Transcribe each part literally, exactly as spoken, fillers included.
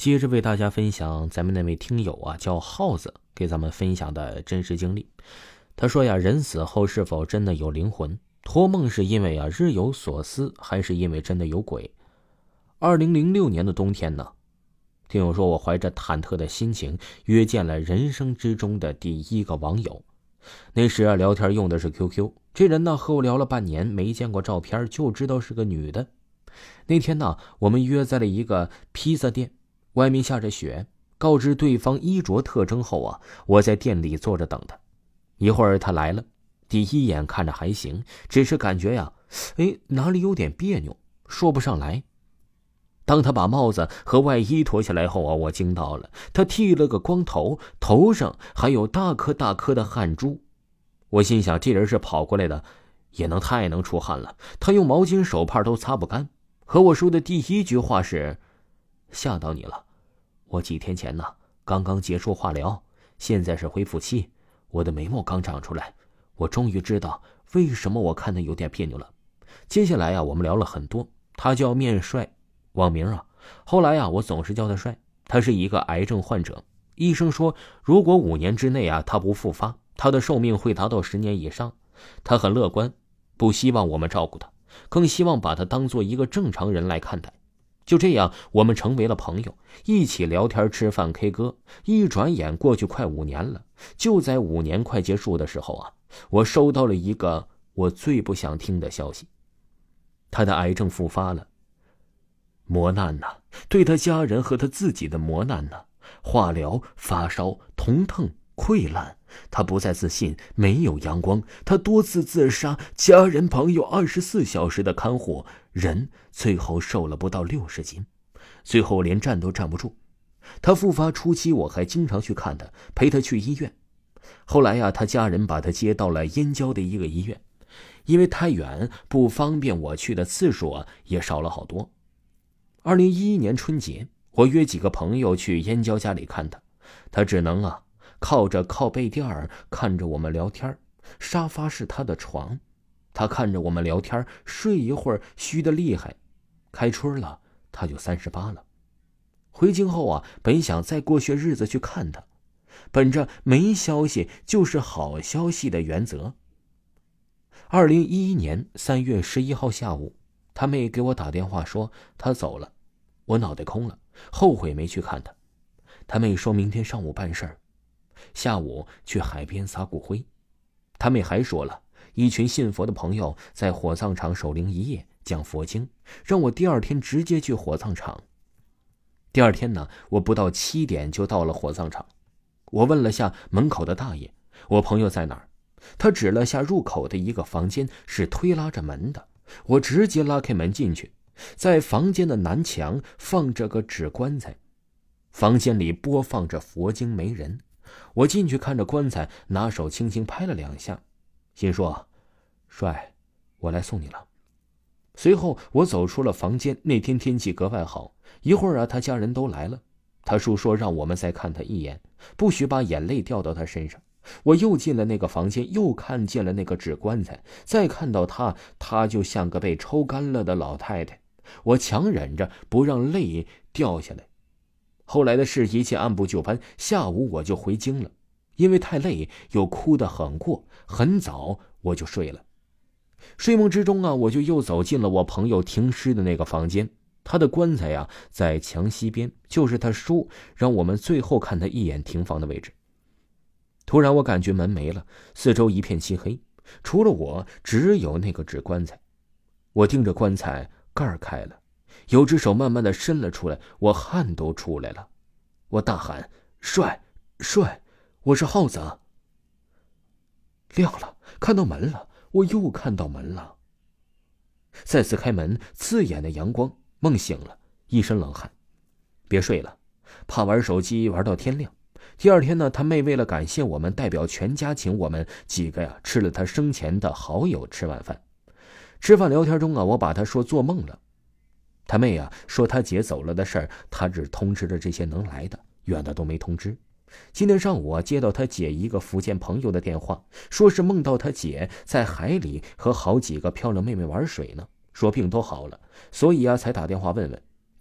接着为大家分享咱们那位听友啊，叫耗子，给咱们分享的真实经历。他说呀，人死后是否真的有灵魂？托梦是因为啊日有所思，还是因为真的有鬼？二零零六年的冬天呢，听友说我怀着忐忑的心情约见了人生之中的第一个网友。那时啊聊天用的是 Q Q， 这人呢和我聊了半年，没见过照片，就知道是个女的。那天呢我们约在了一个披萨店，外面下着雪，告知对方衣着特征后啊，我在店里坐着等他。一会儿他来了，第一眼看着还行，只是感觉呀，哎，哪里有点别扭，说不上来。当他把帽子和外衣脱下来后啊，我惊到了，他剃了个光头，头上还有大颗大颗的汗珠。我心想，这人是跑过来的，也能太能出汗了，他用毛巾手帕都擦不干。和我说的第一句话是，吓到你了，我几天前呢刚刚结束化疗，现在是恢复期，我的眉毛刚长出来，我终于知道为什么我看得有点别扭了。接下来呀、啊，我们聊了很多，他叫面帅，网名啊，后来啊我总是叫他帅。他是一个癌症患者，医生说如果五年之内啊他不复发，他的寿命会达到十年以上。他很乐观，不希望我们照顾他，更希望把他当做一个正常人来看待。就这样我们成为了朋友，一起聊天吃饭 K 歌。一转眼过去快五年了，就在五年快结束的时候啊，我收到了一个我最不想听的消息，他的癌症复发了。磨难呐、啊，对他家人和他自己的磨难呐、啊，化疗、发烧、疼痛、溃烂，他不再自信，没有阳光，他多次自杀，家人朋友二十四小时的看护，人最后瘦了不到六十斤，最后连站都站不住。他复发初期我还经常去看他，陪他去医院。后来呀、啊，他家人把他接到了燕郊的一个医院，因为太远不方便，我去的次数啊也少了好多。二零一一年春节，我约几个朋友去燕郊家里看他，他只能啊靠着靠背垫儿看着我们聊天，沙发是他的床，他看着我们聊天，睡一会儿虚得厉害。开春了，他就三十八了。回京后啊，本想再过些日子去看他，本着没消息就是好消息的原则。二零一一年三月十一号下午，他妹给我打电话说他走了，我脑袋空了，后悔没去看他。他妹说明天上午办事儿，下午去海边撒骨灰。他妹还说了，一群信佛的朋友在火葬场守灵一夜，讲佛经，让我第二天直接去火葬场。第二天呢，我不到七点就到了火葬场。我问了下门口的大爷，我朋友在哪儿？他指了下入口的一个房间，是推拉着门的。我直接拉开门进去，在房间的南墙放着个纸棺材，房间里播放着佛经，没人。我进去看着棺材，拿手轻轻拍了两下，心说，帅，我来送你了。随后我走出了房间。那天天气格外好，一会儿啊他家人都来了，他叔说让我们再看他一眼，不许把眼泪掉到他身上。我又进了那个房间，又看见了那个纸棺材，再看到他，他就像个被抽干了的老太太。我强忍着不让泪掉下来。后来的事一切按部就班，下午我就回京了，因为太累又哭得很过，很早我就睡了。睡梦之中啊，我就又走进了我朋友停尸的那个房间，他的棺材啊在墙西边，就是他叔让我们最后看他一眼停房的位置。突然我感觉门没了，四周一片漆黑，除了我只有那个纸棺材。我盯着棺材，盖开了，有只手慢慢的伸了出来，我汗都出来了。我大喊，帅帅，我是耗子啊。亮了，看到门了，我又看到门了。再次开门，刺眼的阳光，梦醒了，一身冷汗。别睡了，怕玩手机玩到天亮。第二天呢，他妹为了感谢我们，代表全家请我们几个呀吃了他生前的好友吃晚饭。吃饭聊天中啊，我把他说做梦了。他妹啊说他姐走了的事儿，他只通知了这些能来的，远的都没通知。今天上午啊，接到他姐一个福建朋友的电话，说是梦到他姐在海里和好几个漂亮妹妹玩水呢，说病都好了，所以啊才打电话问问。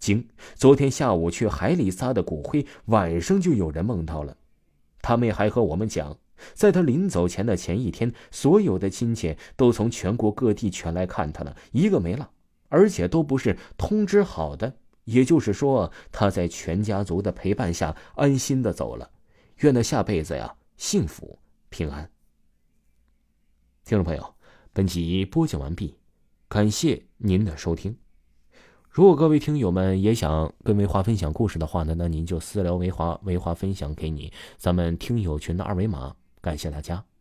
经昨天下午去海里撒的骨灰，晚上就有人梦到了。他妹还和我们讲，在他临走前的前一天，所有的亲戚都从全国各地全来看他了，一个没落，而且都不是通知好的，也就是说他在全家族的陪伴下安心的走了。愿他下辈子呀幸福平安。听众朋友，本集播讲完毕，感谢您的收听。如果各位听友们也想跟维华分享故事的话呢，那您就私聊维华，维华分享给你咱们听友群的二维码，感谢大家。